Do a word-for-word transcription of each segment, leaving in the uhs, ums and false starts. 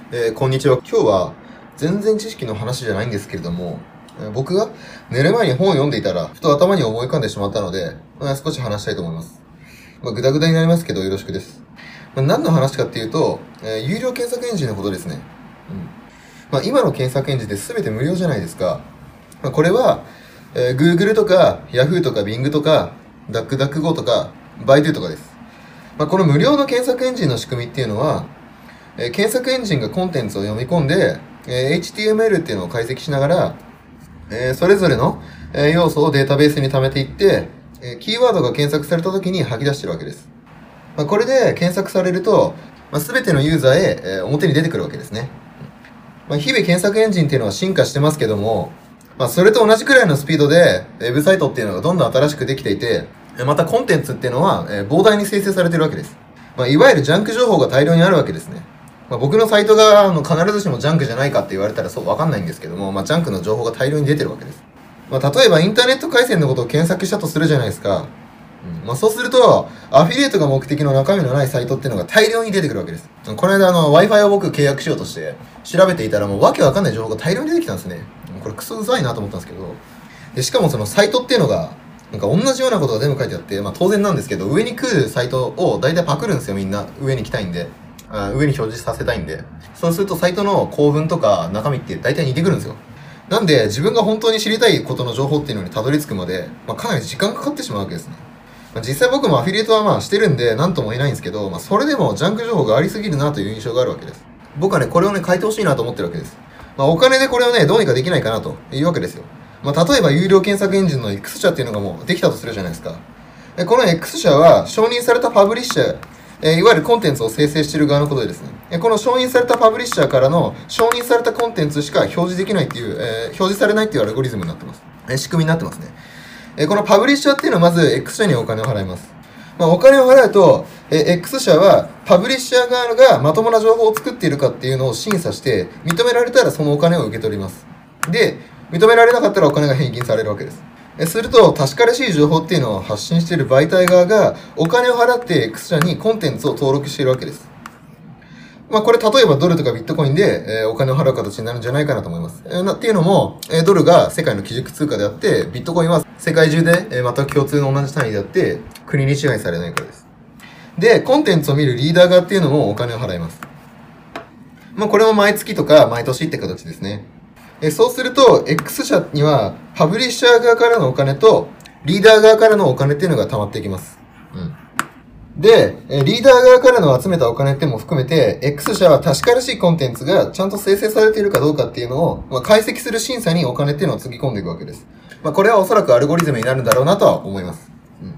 えー、こんにちは。今日は全然知識の話じゃないんですけれども、えー僕が寝る前に本を読んでいたら、ふと頭に思い浮かんでしまったので、まあ、少し話したいと思います。まあ、ぐだぐだになりますけどよろしくです。まあ、何の話かっていうと、えー有料検索エンジンのことですね。うんまあ、今の検索エンジンって全て無料じゃないですか。まあ、これは、えー Google とか Yahoo とか Bing とか DuckDuckGo とか Baidu とかです。まあ、この無料の検索エンジンの仕組みっていうのは、えー検索エンジンがコンテンツを読み込んで、えー エイチティーエムエル っていうのを解析しながら、えーそれぞれの、えー要素をデータベースに貯めていって、えーキーワードが検索された時に吐き出してるわけです。まあ、これで検索されると、まあ、全てのユーザーへ、えー表に出てくるわけですね。まあ、日々検索エンジンっていうのは進化してますけども、まあ、それと同じくらいのスピードで、ウェブサイトっていうのがどんどん新しくできていて、えーまたコンテンツっていうのは、えー膨大に生成されてるわけです。まあ、いわゆるジャンク情報が大量にあるわけですね。まあ、僕のサイトがあの必ずしもジャンクじゃないかって言われたらそうわかんないんですけども、まあ、ジャンクの情報が大量に出てるわけです。まあ、例えばインターネット回線のことを検索したとするじゃないですか。うんまあ、そうすると、アフィリエイトが目的の中身のないサイトっていうのが大量に出てくるわけです。この間あの Wi-Fi を僕契約しようとして調べていたらもうわけわかんない情報が大量に出てきたんですね。これクソうざいなと思ったんですけど。で、しかもそのサイトっていうのが、なんか同じようなことが全部書いてあって、まあ当然なんですけど、上に来るサイトを大体パクるんですよ、みんな。上に来たいんで。あ上に表示させたいんで。そうするとサイトの構文とか中身って大体似てくるんですよ。なんで、自分が本当に知りたいことの情報っていうのにたどり着くまで、まあかなり時間かかってしまうわけですね。まあ、実際僕もアフィリエイトはまあしてるんで、なんとも言えないんですけど、まあそれでもジャンク情報がありすぎるなという印象があるわけです。僕はね、これをね、変えてほしいなと思ってるわけです。まあお金でこれをね、どうにかできないかなというわけですよ。まあ例えば有料検索エンジンの X 社っていうのがもうできたとするじゃないですか。でこの X 社は承認されたパブリッシャー、えーいわゆるコンテンツを生成している側のことでですね、えーこの承認されたパブリッシャーからの承認されたコンテンツしか表示できないっていう、えー表示されないっていうアルゴリズムになってます。えー仕組みになってますね。えーこのパブリッシャーっていうのはまず X 社にお金を払います。まあ、お金を払うと、えー X 社はパブリッシャー側がまともな情報を作っているかっていうのを審査して、認められたらそのお金を受け取ります。で、認められなかったらお金が返金されるわけです。えすると、確からしい情報っていうのを発信している媒体側がお金を払って X 社にコンテンツを登録しているわけです。まあこれ例えばドルとかビットコインで、えーお金を払う形になるんじゃないかなと思います。えーなっていうのも、えードルが世界の基軸通貨であって、ビットコインは世界中で、えー全く共通の同じ単位であって、国に支配されないからです。で、コンテンツを見るリーダー側っていうのもお金を払います。まあこれも毎月とか毎年って形ですね。えーそうすると、X 社にはパブリッシャー側からのお金と、リーダー側からのお金っていうのが溜まっていきます。うん。で、えーリーダー側からの集めたお金っていうのも含めて、X 社は確からしいコンテンツがちゃんと生成されているかどうかっていうのを、まあ、解析する審査にお金っていうのをつぎ込んでいくわけです。まあ、これはおそらくアルゴリズムになるんだろうなとは思います。うん、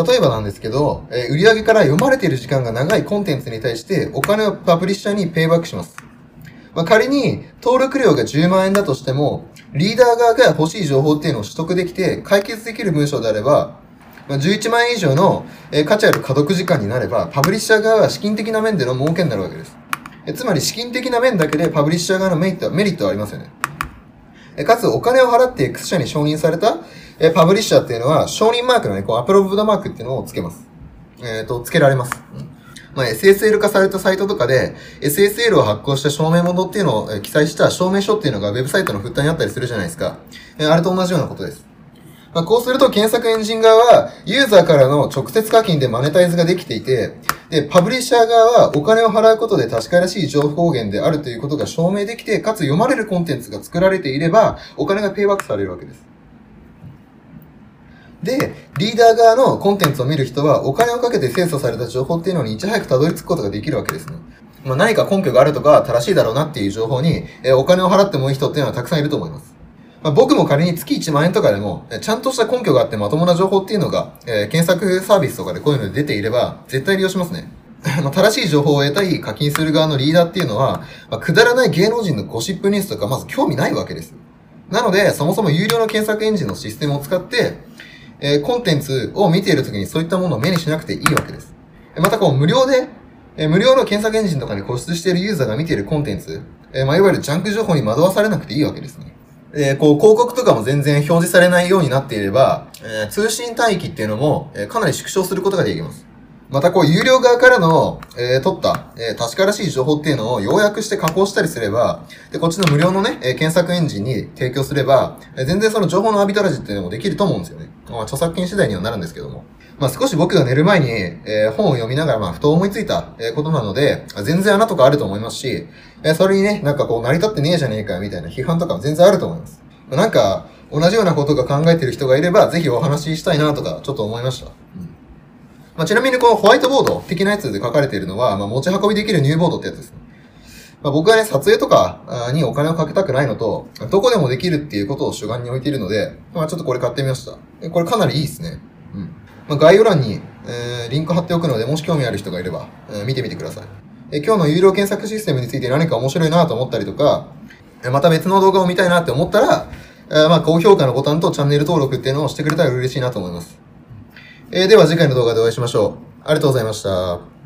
例えばなんですけど、えー売上から読まれている時間が長いコンテンツに対してお金をパブリッシャーにペイバックします。まあ、仮に登録料がじゅうまんえんだとしても、リーダー側が欲しい情報っていうのを取得できて解決できる文章であれば、まあじゅういちまんえん以上のえー価値ある可読時間になれば、パブリッシャー側は資金的な面での儲けになるわけです。えつまり資金的な面だけでパブリッシャー側のメリットは、メリットはありますよね。えかつお金を払って X 社に承認されたえパブリッシャーっていうのは、承認マークのね、こうアプローブドマークっていうのをつけます。えっ、と、つけられます。うんまあ、エスエスエル 化されたサイトとかで、エスエスエル を発行した証明元っていうのをえー記載した証明書っていうのがウェブサイトのフッターにあったりするじゃないですか。えーあれと同じようなことです。まあ、こうすると検索エンジン側は、ユーザーからの直接課金でマネタイズができていて、で、パブリッシャー側はお金を払うことで確からしい情報源であるということが証明できて、かつ読まれるコンテンツが作られていれば、お金がペイバックされるわけです。で、リーダー側のコンテンツを見る人は、お金をかけて精査された情報っていうのにいち早くたどり着くことができるわけですね。まあ、何か根拠があるとか、正しいだろうなっていう情報に、えーお金を払ってもいい人っていうのはたくさんいると思います。まあ、僕も仮に月いちまんえんとかでも、えーちゃんとした根拠があってまともな情報っていうのが、えー検索サービスとかでこういうので出ていれば、絶対利用しますね。まあ正しい情報を得たい課金する側のリーダーっていうのは、まあ、くだらない芸能人のゴシップニュースとかまず興味ないわけです。なので、そもそも有料の検索エンジンのシステムを使って、えーコンテンツを見ているときにそういったものを目にしなくていいわけです。またこう無料で、えー無料の検索エンジンとかに固執しているユーザーが見ているコンテンツ、えーまあ、いわゆるジャンク情報に惑わされなくていいわけですね。えーこう広告とかも全然表示されないようになっていれば、えー通信帯域っていうのも、えーかなり縮小することができます。 またこう、有料側からの、えー、取った、えー、確からしい情報っていうのを要約して加工したりすれば、で、こっちの無料のね、えー、検索エンジンに提供すれば、えー、全然その情報のアービトラージっていうのもできると思うんですよね。まあ、著作権次第にはなるんですけども。まあ、少し僕が寝る前に、えー、本を読みながら、まあ、ふと思いついた、えー、ことなので、全然穴とかあると思いますし、えー、それにね、なんかこう、成り立ってねえじゃねえか、みたいな批判とかも全然あると思います。まあ、なんか、同じようなことが考えてる人がいれば、ぜひお話ししたいなとか、ちょっと思いました。うんまあ、ちなみにこのホワイトボード的なやつで書かれているのは、まあ、持ち運びできるニューボードってやつですね。まあ、僕はね、撮影とかにお金をかけたくないのと、どこでもできるっていうことを主眼に置いているので、まあ、ちょっとこれ買ってみました。これかなりいいですね。うん。まあ、概要欄に、えー、リンク貼っておくので、もし興味ある人がいれば、えー、見てみてください。えー、今日の有料検索システムについて何か面白いなと思ったりとか、また別の動画を見たいなって思ったら、えー、まあ、高評価のボタンとチャンネル登録っていうのをしてくれたら嬉しいなと思います。えー、では次回の動画でお会いしましょう。ありがとうございました。